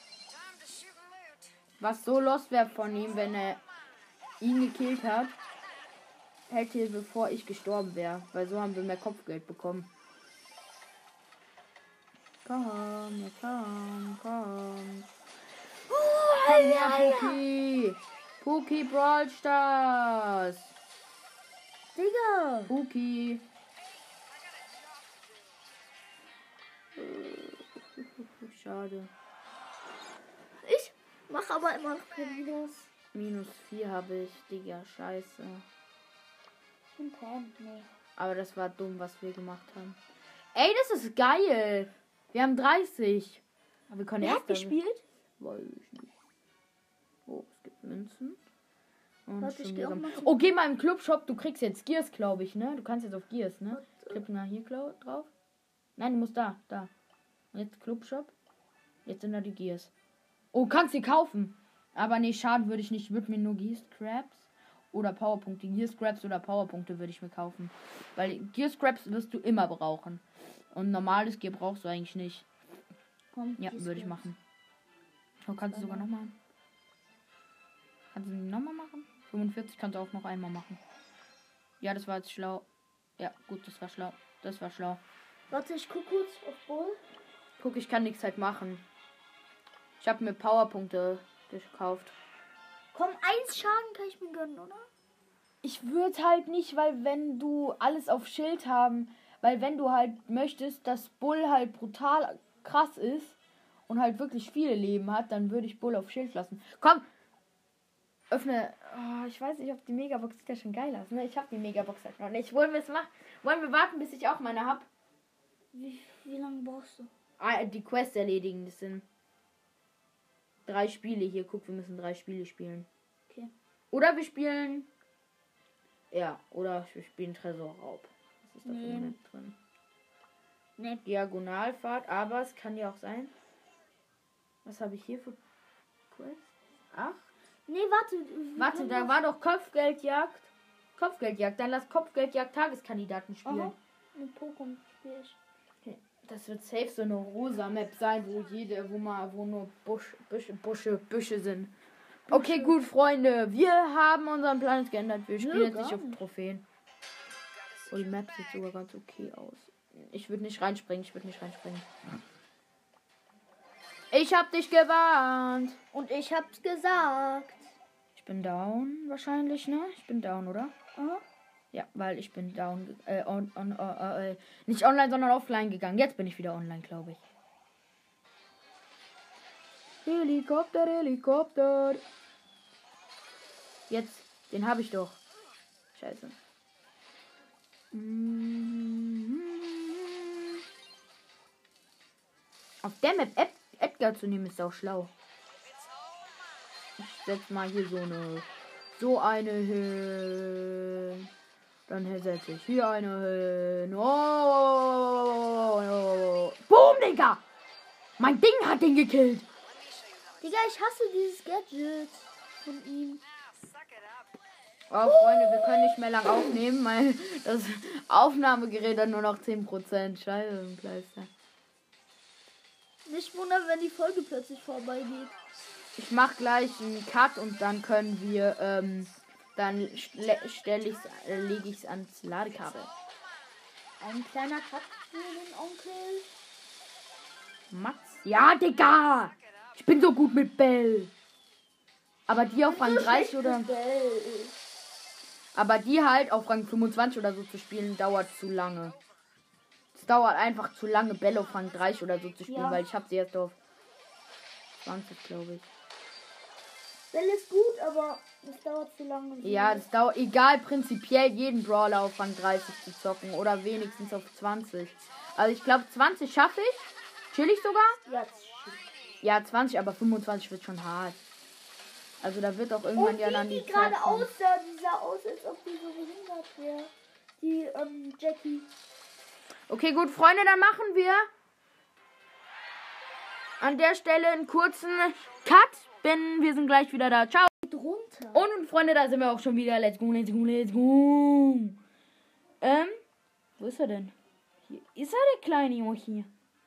Was so lost wäre von ihm, wenn er ihn gekillt hat, hätte bevor ich gestorben wäre. Weil so haben wir mehr Kopfgeld bekommen. Komm, ja komm, komm. Komm her, Puki. Puki Brawl Stars.
Digga.
Puki. Schade.
Ich mache aber immer noch kein Minus.
Minus 4 habe ich, Digga, scheiße.
Und Pam, nee.
Aber das war dumm, was wir gemacht haben. Ey, das ist geil. Wir haben 30. Aber wir können
Wer
erst
hat gespielt?
Weiß ich nicht. Oh, es gibt Münzen. Und
Warte, ich
schon
geh auch
wieder-
mal zum-
Oh, geh mal im Clubshop. Du kriegst jetzt Gears, glaube ich, ne? Du kannst jetzt auf Gears, ne? Klick mal hier drauf. Nein, du musst da. Und jetzt Clubshop. Jetzt sind da die Gears. Oh, kannst sie kaufen. Aber nee, schaden würde ich nicht. Ich würde mir nur Gear Scraps oder Powerpunkte. Gear Scraps oder Powerpunkte würde ich mir kaufen. Weil Gear Scraps wirst du immer brauchen. Und normales Gear brauchst du eigentlich nicht.
Komm,
Ja,
gehst
würde ich
du.
machen. Oh, kannst du sogar noch mal. Kannst du nochmal machen? 45 kannst du auch noch einmal machen. Ja, das war jetzt schlau. Ja, gut, das war schlau. Das war schlau.
Warte, ich guck kurz auf Bull.
Guck, ich kann nichts halt machen. Ich habe mir Powerpunkte gekauft.
Komm, 1 Schaden kann ich mir gönnen, oder?
Ich würde halt nicht, weil wenn du alles auf Schild haben, weil wenn du halt möchtest, dass Bull halt brutal krass ist und halt wirklich viele Leben hat, dann würde ich Bull auf Schild lassen. Komm! Öffne. Oh, ich weiß nicht, ob die Megabox sieht ja schon geil aus, ne? Ich habe die Megabox halt noch nicht. Wollen wir es machen? Wollen wir warten, bis ich auch meine hab?
Wie lange brauchst du?
Die Quest erledigen, das sind 3 Spiele hier. Guck, wir müssen 3 Spiele spielen.
Okay.
Oder wir spielen. Ja, oder wir spielen Tresorraub. Was ist da für
Nee.
eine Map drin?
Nee.
Diagonalfahrt, aber es kann ja auch sein. Was habe ich hier für Quest? Ach,
Nee, warte. wir
warte,
können
da
das-
war doch Kopfgeldjagd. Kopfgeldjagd, dann lass Kopfgeldjagd Tageskandidaten spielen.
Aha. Mit Pokémon spiele ich.
Das wird safe so eine rosa Map sein, wo nur Büsche sind. Okay, gut, Freunde. Wir haben unseren Plan jetzt geändert. Wir spielen jetzt
gar
nicht auf
nicht.
Trophäen. Oh, die Map sieht sogar ganz okay aus. Ich würde nicht reinspringen. Ich hab dich gewarnt.
Und ich hab's gesagt.
Ich bin down wahrscheinlich, ne? Ich bin down, oder?
Aha.
Ja, weil ich bin down. Nicht online, sondern offline gegangen. Jetzt bin ich wieder online, glaube ich. Helikopter. Jetzt, den habe ich doch. Scheiße. Auf der Map Edgar zu nehmen ist auch schlau. Ich setz mal hier so eine hin. Dann setze ich hier eine hin. Oh. Boom, Digga! Mein Ding hat den gekillt.
Digga, ich hasse dieses Gadget von ihm.
Oh, Freunde, wir können nicht mehr lang aufnehmen. Das Aufnahmegerät hat nur noch 10%. Scheiße, ein Kleister.
Nicht wundern, wenn die Folge plötzlich vorbeigeht.
Ich mach gleich einen Cut und dann können wir, dann lege ich's ans Ladekabel.
Ein kleiner Cut für den Onkel.
Max? Ja, Digga! Ich bin so gut mit Bell. Aber die auf Rang 30 oder... Aber die halt auf Rang 25 oder so zu spielen, dauert zu lange. Es dauert einfach zu lange, Bell auf Rang 30 oder so zu spielen,
Ja.
weil ich habe sie erst auf 20, glaube ich.
Bell ist gut, aber es dauert zu lange.
Ja, das dauert egal, prinzipiell jeden Brawler auf Rang 30 zu zocken oder wenigstens auf 20. Also ich glaube 20 schaffe ich. Chillig sogar.
Ja, das ist shit.
Ja, 20, aber 25 wird schon hart. Also da wird auch irgendwann
Und
ja dann
die
die Zeit
gerade
kommen.
aussah, die sah aus, als ob die so behindert wäre. Die Jackie.
Okay, gut, Freunde, dann machen wir an der Stelle einen kurzen Cut. Wir sind gleich wieder da. Ciao.
Drunter.
Und Freunde, da sind wir auch schon wieder. Let's go, let's go, let's go. Wo ist er denn? Hier ist er, der kleine Junge hier.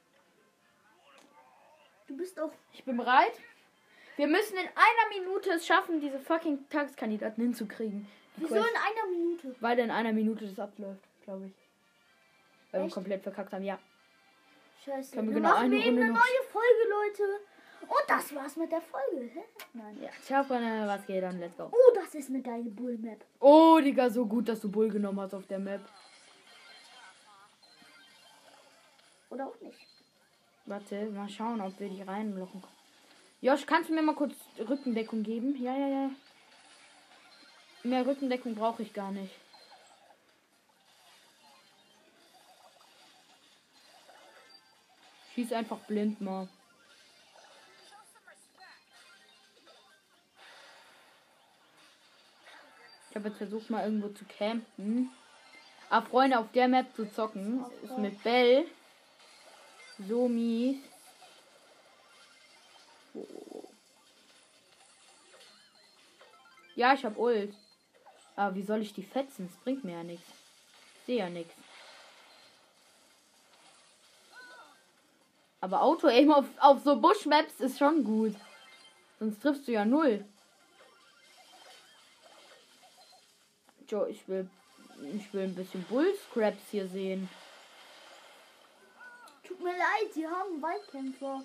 Du bist auf.
Ich bin bereit. Wir müssen in einer Minute es schaffen, diese fucking Tageskandidaten hinzukriegen.
Wieso in einer Minute?
Weil in einer Minute das abläuft, glaube ich. Weil wir
Echt?
komplett verkackt haben, ja.
Scheiße.
Können wir
Dann
genau
machen
eine
wir eben
Runde
eine
noch-
neue Folge, Leute. Und das war's mit der Folge. Hä? Nein.
Ja, ciao, Freunde, was geht dann? Let's go.
Oh, das ist eine geile Bull-Map.
Oh, Digga, so gut, dass du Bull genommen hast auf der Map.
Oder auch nicht.
Warte, mal schauen, ob wir die reinlocken können. Josh, kannst du mir mal kurz Rückendeckung geben? Ja, ja, ja. Mehr Rückendeckung brauche ich gar nicht. Schieß einfach blind mal. Ich habe jetzt versucht, mal irgendwo zu campen. Aber Freunde, auf der Map zu zocken, ist mit Bell so mies. Ja, ich habe Ult. Aber wie soll ich die fetzen? Das bringt mir ja nichts. Ich sehe ja nichts. Aber Auto-Aim auf so Bush-Maps ist schon gut. Sonst triffst du ja null. Joe, ich will ein bisschen Bull-Scraps hier sehen.
Tut mir leid, sie haben einen Waldkämpfer.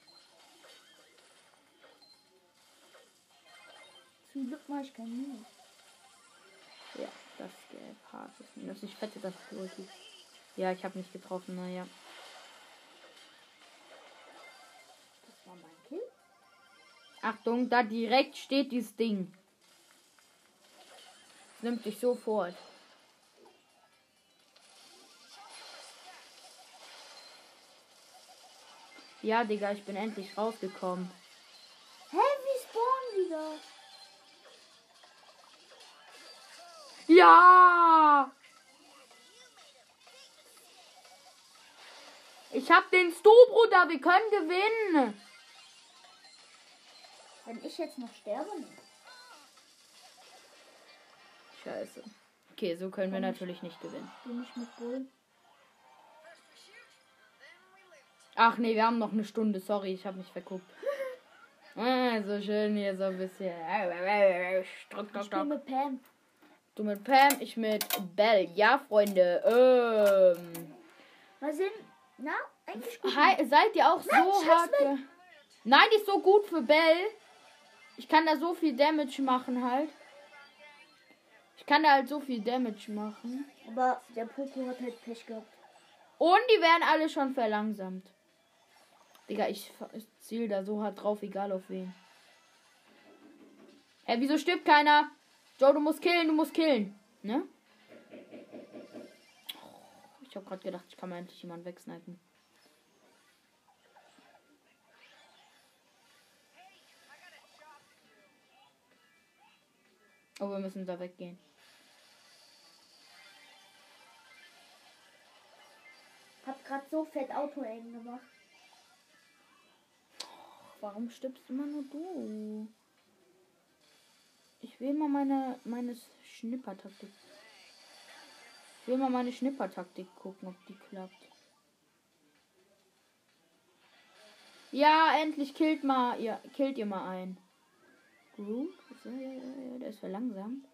Zum Glück mache ich keinen Minus.
Ja, das ist gelb. Hartes Minus. Ich fette das durch. Ja, ich habe nicht getroffen, naja.
Das war mein Kill.
Achtung, da direkt steht dieses Ding. Das nimmt dich sofort. Ja, Digga, ich bin endlich rausgekommen.
Hä, wie spawnen wieder?
Ja! Ich hab den Stu, Bruder. Wir können gewinnen.
Wenn ich jetzt noch sterbe, nicht.
Scheiße. Okay, so können wir natürlich nicht gewinnen.
Bin ich mit Bull.
Ach nee, wir haben noch eine Stunde. Sorry, ich habe mich verguckt. So schön hier so ein bisschen. Stock, stock,
Ich bin
stock.
mit Pam.
Du mit Pam, ich mit Bell. Ja, Freunde.
Mal sehen. Na, eigentlich gut.
Seid ihr auch
Nein,
so
scheiß
hart?
weg.
Nein, die ist so gut für Bell. Ich kann da so viel Damage machen halt. Ich kann da halt so viel Damage machen.
Aber der Poco hat halt Pech gehabt.
Und die werden alle schon verlangsamt. Digga, ich ziel da so hart drauf, egal auf wen. Hä, wieso stirbt keiner? Joe, du musst killen. Ne? Ich hab grad gedacht, ich kann mal endlich jemanden wegsnipen. Oh, wir müssen da weggehen.
Hab grad so fett Auto-Aim gemacht.
Warum stirbst immer nur du? Ich will mal meine Schnippertaktik. Ich will mal meine Schnippertaktik gucken, ob die klappt. Ja, endlich killt ihr mal einen. Gut. Ja, der ist verlangsamt.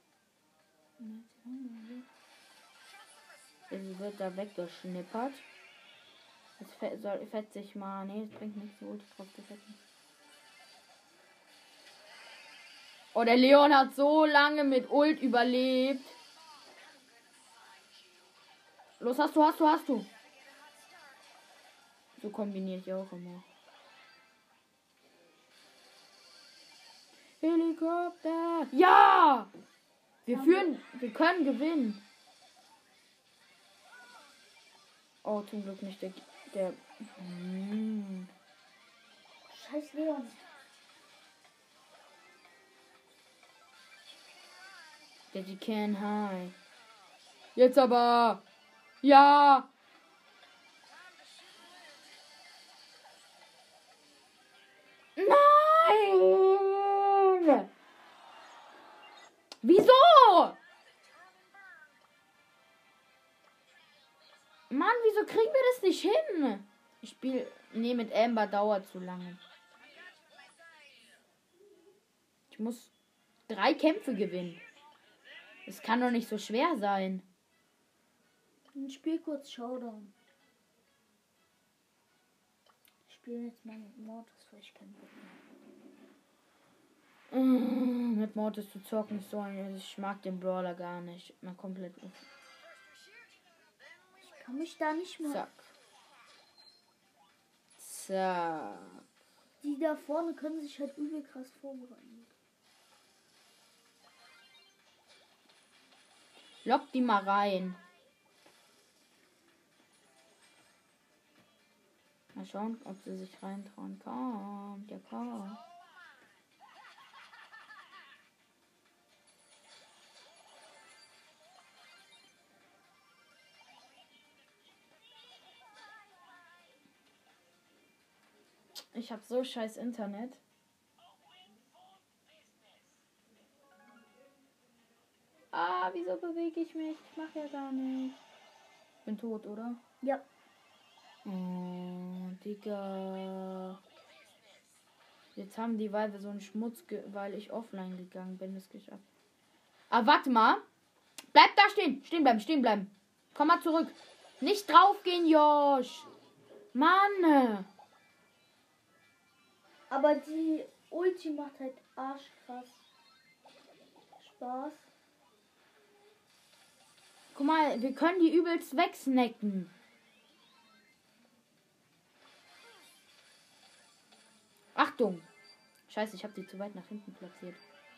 Es wird da weggeschnippert. Jetzt fetze ich mal. Nee, das bringt nichts, so Ulti drauf zu fetzen. Oh, der Leon hat so lange mit Ult überlebt. Los, hast du. So kombiniere ich auch immer. Helikopter. Ja! Wir können gewinnen. Oh, zum Glück nicht der.
Scheiß Leon.
Daddy can high. Jetzt aber. Ja. Nein. Wieso? Mann, wieso kriegen wir das nicht hin? Ich spiele. Nee, mit Amber dauert zu lange. Ich muss 3 Kämpfe gewinnen. Das kann doch nicht so schwer sein.
Ich spiele kurz Showdown. Ich spiele jetzt mal mit Mortis, weil ich keinen Bock mehr.
Mit Mortis zu zocken ist so ein. Ich mag den Brawler gar nicht. Mal komplett.
Ich kann mich da nicht mehr.
Zack. Zack.
Die da vorne können sich halt übel krass vorbereiten.
Lock die mal rein. Mal schauen, ob sie sich reintrauen kann. Ja, kann. Ich hab so scheiß Internet. Ah, wieso bewege ich mich? Ich mach ja gar nicht. Bin tot, oder?
Ja.
Oh, Digga. Jetzt haben die Weibe so einen Schmutz, weil ich offline gegangen bin, das geschafft. Ah, warte mal. Bleib da stehen. Stehen bleiben, stehen bleiben. Komm mal zurück. Nicht draufgehen, Josh. Mann.
Aber die Ulti macht halt arschkrass Spaß.
Guck mal, wir können die übelst wegsnacken. Achtung. Scheiße, ich habe die zu weit nach hinten platziert.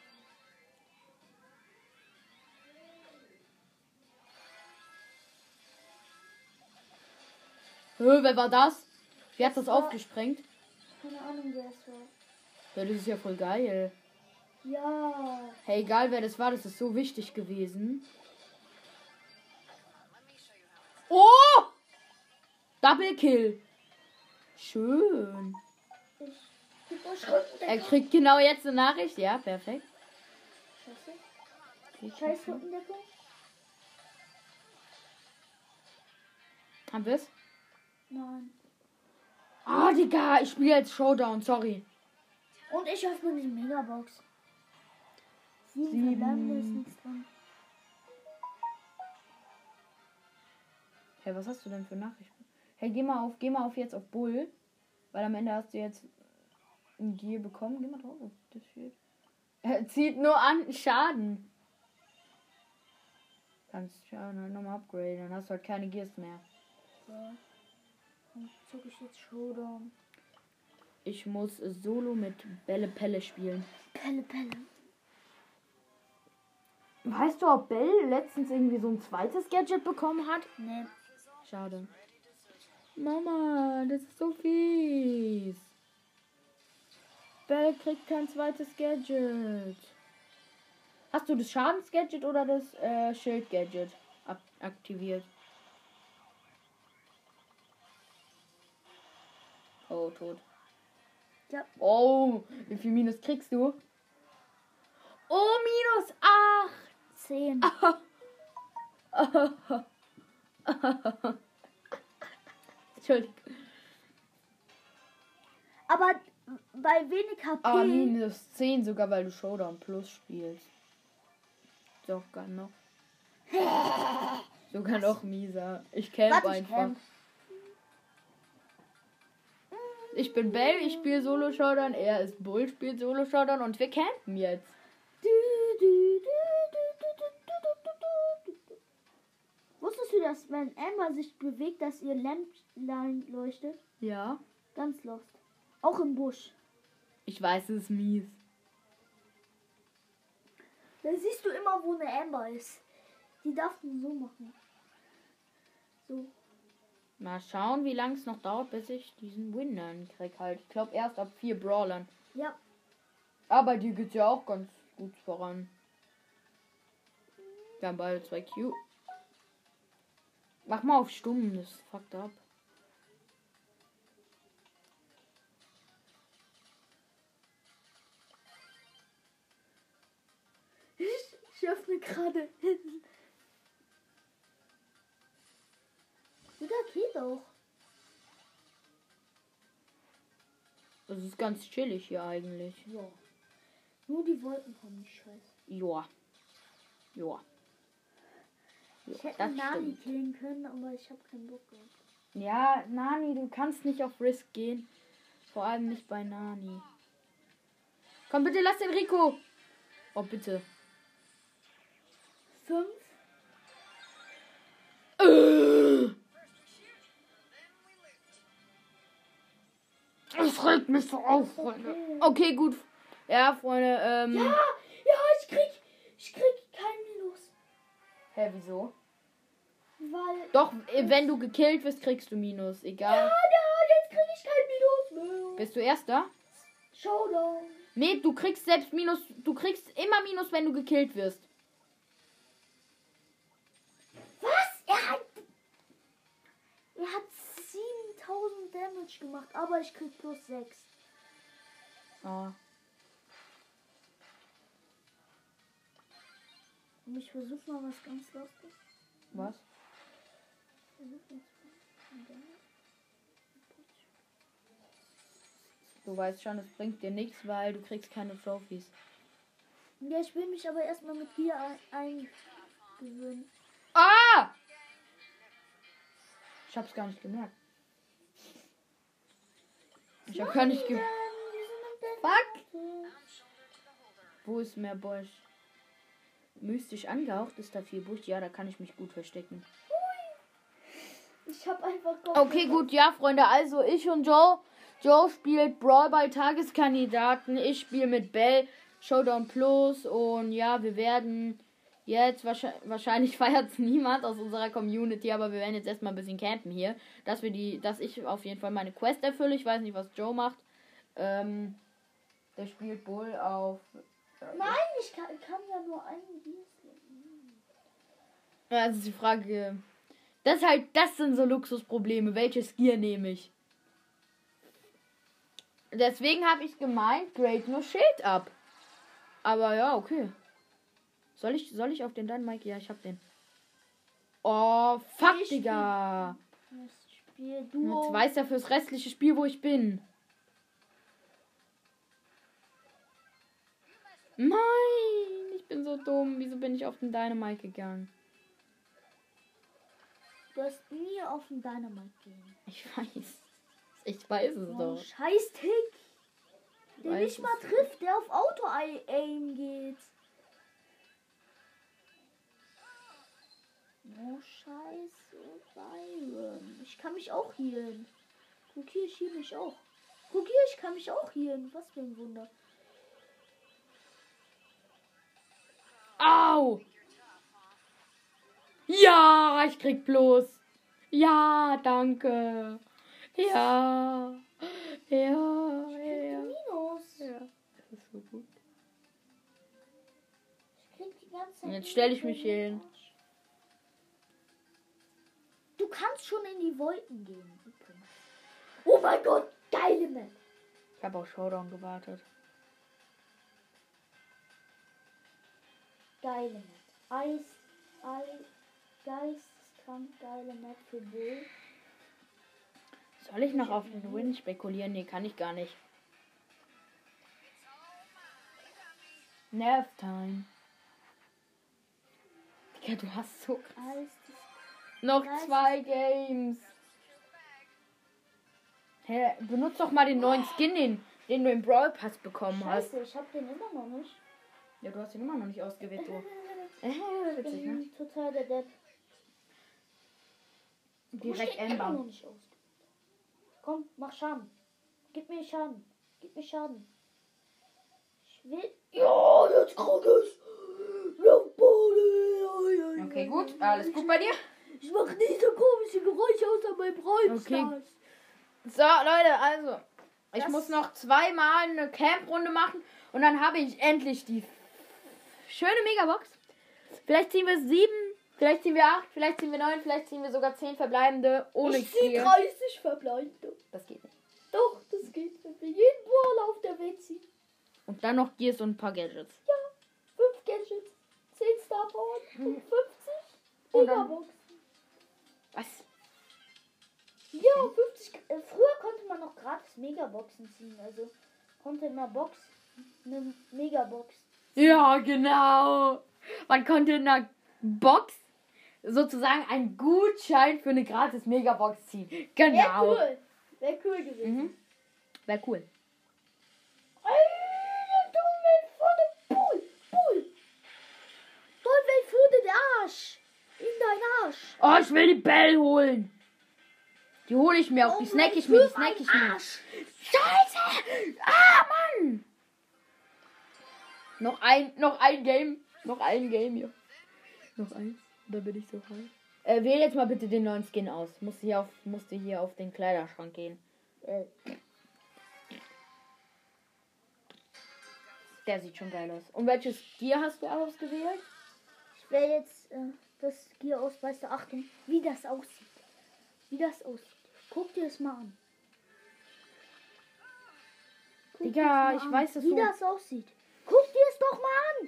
Wer war das? Wer hat das aufgesprengt?
Keine Ahnung, wer es war.
Ja, das ist ja voll geil.
Ja.
Hey, egal wer das war, das ist so wichtig gewesen. Oh! Double Kill. Schön.
Ich krieg Rückendeckung.
Er kriegt genau jetzt eine Nachricht. Ja, perfekt.
Scheiße. Scheiß Rückendeckung.
Haben wir's?
Nein.
Ah, Digga, ich spiele jetzt Showdown, sorry.
Und ich öffne die Megabox. 7
7.
Verbleibende ist nichts dran.
Hey, was hast du denn für Nachrichten? Hey, geh mal auf jetzt auf Bull. Weil am Ende hast du jetzt ein Gear bekommen. Geh mal drauf. Das steht. Er zieht nur an Schaden. Kannst Schaden halt nochmal upgraden. Dann hast du halt keine Gears mehr.
So. Dann zocke ich jetzt Showdown.
Ich muss Solo mit Bälle Pelle spielen.
Pelle, Pelle.
Weißt du, ob Bell letztens irgendwie so ein zweites Gadget bekommen hat?
Nee.
Schade. Mama, das ist so fies. Bell kriegt kein zweites Gadget. Hast du das Schadensgadget oder das Schild-Gadget aktiviert? Oh, tot.
Ja.
Oh, wie viel Minus kriegst du? Oh, minus
10.
Entschuldigung.
Aber bei wenig HP.
Ah, minus 10 sogar, weil du Showdown Plus spielst. Sogar noch. Sogar noch mieser. Ich camp
Warte, ich
einfach.
camp.
Ich bin Bell, ich spiele Solo Showdown, er ist Bull, spielt Solo Showdown und wir campen jetzt.
Wusstest du, dass wenn Amber sich bewegt, dass ihr Lämplein leuchtet?
Ja.
Ganz lost. Auch im Busch.
Ich weiß, es ist mies.
Da siehst du immer, wo eine Amber ist. Die darf man so machen. So.
Mal schauen, wie lange es noch dauert, bis ich diesen Win dann krieg halt. Ich glaube erst ab 4 Brawlern.
Ja.
Aber die geht's ja auch ganz gut voran. Wir haben beide 2 Q. Mach mal auf stumm, das fuckt ab.
Ich öffne gerade hin. Digga, geht auch.
Das ist ganz chillig hier eigentlich.
Ja. Nur die Wolken kommen nicht scheiße.
Joa. Joa.
Ich hätte Nani killen können, aber ich habe keinen Bock gehabt.
Ja, Nani, du kannst nicht auf Risk gehen. Vor allem nicht bei Nani. Komm, bitte lass den Rico. Oh, bitte.
5.
Das regt mich so auf, Freunde. Okay, gut. Ja, Freunde,
Ja, ich krieg kein Minus.
Hä, wieso?
Weil.
Doch, wenn du gekillt wirst, kriegst du Minus. Egal.
Ja, jetzt krieg ich kein Minus mehr.
Bist du Erster?
Showdown.
Nee, du kriegst selbst Minus. Du kriegst immer Minus, wenn du gekillt wirst.
Was? Er hat 7000 Damage gemacht, aber ich krieg plus 6.
Ah.
Und ich versuche mal was ganz Lustiges.
Was? Du weißt schon, es bringt dir nichts, weil du kriegst keine Trophies.
Ja, ich will mich aber erstmal mit dir eingewöhnen.
Ah! Ich hab's gar nicht gemerkt. Ich hab gar nicht gemerkt. Fuck! Wo ist mehr Bosch? Mystisch angehaucht ist da viel Busch. Ja, da kann ich mich gut verstecken.
Ich hab einfach
Okay, gut, ja, Freunde. Also ich und Joe. Joe spielt Brawl Ball Tageskandidaten. Ich spiele mit Bell Showdown Plus. Und ja, wir werden jetzt wahrscheinlich feiert es niemand aus unserer Community, aber wir werden jetzt erstmal ein bisschen campen hier, dass ich auf jeden Fall meine Quest erfülle. Ich weiß nicht, was Joe macht. Der spielt Bull auf.
Nein, ich kann ja nur einen Dienst.
Ja, das ist die Frage. Das sind so Luxusprobleme. Welches Gear nehme ich? Deswegen habe ich gemeint, Great nur Schild ab. Aber ja, okay. Soll ich auf den Dynamite? Ja, ich hab den. Oh, fuck, Digga. Jetzt weiß er fürs restliche Spiel, wo ich bin. Nein, ich bin so dumm. Wieso bin ich auf den Dynamite gegangen?
Du hast nie auf den Dynamite gehen.
Ich weiß es doch.
Scheiß Tick. Der nicht mal trifft, der auf Auto-Aim geht. Oh, scheiße, Byron. Ich kann mich auch healen. Guck hier, ich heal mich auch. Guck hier, ich kann mich auch healen. Was für ein Wunder.
Au! Ja, ich krieg bloß. Ja, danke. Ja. Ja.
Minus.
Ja. Das ist so gut.
Ich krieg die ganze Zeit.
Jetzt stelle ich mich hier hin.
Du kannst schon in die Wolken gehen. Übrigens. Oh mein Gott, geile Map.
Ich habe auf Showdown gewartet.
Geile Map. Geisteskrank geile Map für Bull.
Soll ich noch auf den Win spekulieren? Nee, kann ich gar nicht. Nerf Time. Digga, du hast so krass. Noch 2 Games. Hä, benutzt doch mal den neuen Skin, den du im Brawl Pass bekommen hast.
Scheiße, ich hab den immer noch nicht.
Ja, du hast ihn immer noch nicht ausgewählt, du.
Ich
Witzig,
bin
ne?
total der Depp.
Direkt
Immer
Ember.
noch nicht ausgewählt. Komm, mach Schaden. Gib mir Schaden. Gib mir Schaden. Ich will. Ja, jetzt krieg ich's.
Okay, gut. Alles gut bei dir?
Ich mach nicht so komische Geräusche außer beim Brawl
Okay.
Stars.
So, Leute, also. Ich
Das-
muss noch 2-mal eine Camp-Runde machen und dann habe ich endlich die schöne Megabox. Vielleicht ziehen wir 7, vielleicht ziehen wir 8, vielleicht ziehen wir 9, vielleicht ziehen wir sogar 10 verbleibende ohne
Ich ziehe
Gier.
30 verbleibende.
Das geht nicht.
Doch, das geht. Wenn wir jeden Brawler auf der Welt ziehen.
Und dann noch Gears und ein paar Gadgets.
Ja, 5 Gadgets, 10 Star Power und 50
Und dann-
Megaboxen.
Was?
Ja, 50. Früher konnte man noch gratis Megaboxen ziehen. Also konnte in einer Box eine Megabox.
Ja, genau. Man konnte in einer Box sozusagen einen Gutschein für eine gratis Megabox ziehen.
Wäre
Genau.
cool. Wäre cool gewesen.
Mhm. Wäre cool.
Bull. Donwell der Arsch. In dein Arsch.
Oh, ich will die Bell holen. Die hole ich mir auch. Die snack ich mir. Die snack ich mir.
Arsch.
Scheiße! Ah, Mann! Noch ein Game. Noch ein Game hier. Noch eins. Da bin ich so high. Wähl jetzt mal bitte den neuen Skin aus. Musste hier auf den Kleiderschrank gehen. Der sieht schon geil aus. Und welches Gear hast du ausgewählt?
Ich will jetzt das Gear aus, weißt du, Achtung, wie das aussieht. Guck dir das mal an. Guck
Digga,
dir's mal
ich
an,
weiß es
wie
so.
das aussieht. Guck dir es doch mal an.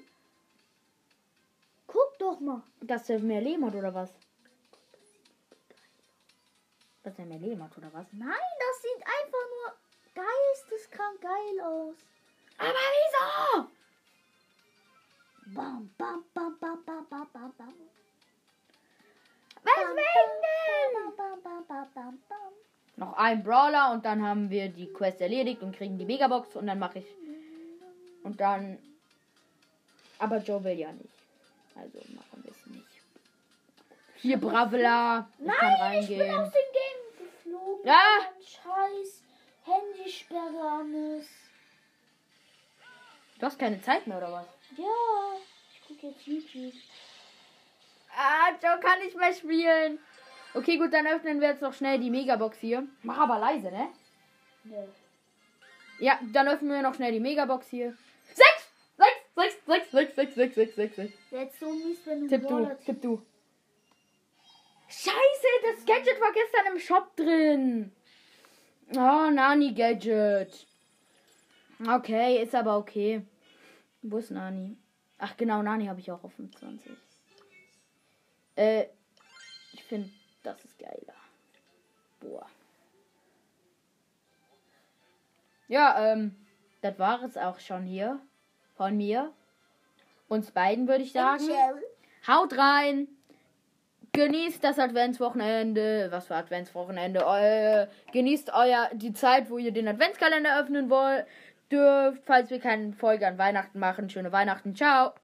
Guck doch mal.
Dass der mehr Leben hat, oder was? Dass der mehr Leben hat, oder was?
Nein, das sieht einfach nur geisteskrank geil aus.
Aber wieso?
Bam, bam, bam, bam, bam, bam, bam, bam.
Weswegen denn?
Bam, bam, bam, bam, bam.
Noch ein Brawler und dann haben wir die Quest erledigt und kriegen die Megabox und dann mache ich. Und dann. Aber Joe will ja nicht. Also machen wir es nicht. Hier Bravela. Ich kann
Nein, ich bin aus
reingehen.
dem Game geflogen.
Ja.
Scheiß Handysperre an ist.
Du hast keine Zeit mehr, oder was?
Ja, ich gucke jetzt YouTube.
Ah, Joe kann nicht mehr spielen. Okay, gut, dann öffnen wir jetzt noch schnell die Megabox hier. Mach aber leise, ne?
Nee.
Ja, dann öffnen wir noch schnell die Megabox hier. 6.
Jetzt so mies, wenn du
Tipp
Brawler
du. Scheiße, das Gadget war gestern im Shop drin. Oh, Nani Gadget. Okay, ist aber okay. Wo ist Nani? Ach genau, Nani habe ich auch auf 25. Ich finde, das ist geiler. Boah. Ja, das war es auch schon hier von mir. Uns beiden würde ich sagen. Haut rein. Genießt das Adventswochenende. Was für Adventswochenende? Genießt die Zeit, wo ihr den Adventskalender öffnen dürft. Falls wir keine Folge an Weihnachten machen. Schöne Weihnachten. Ciao.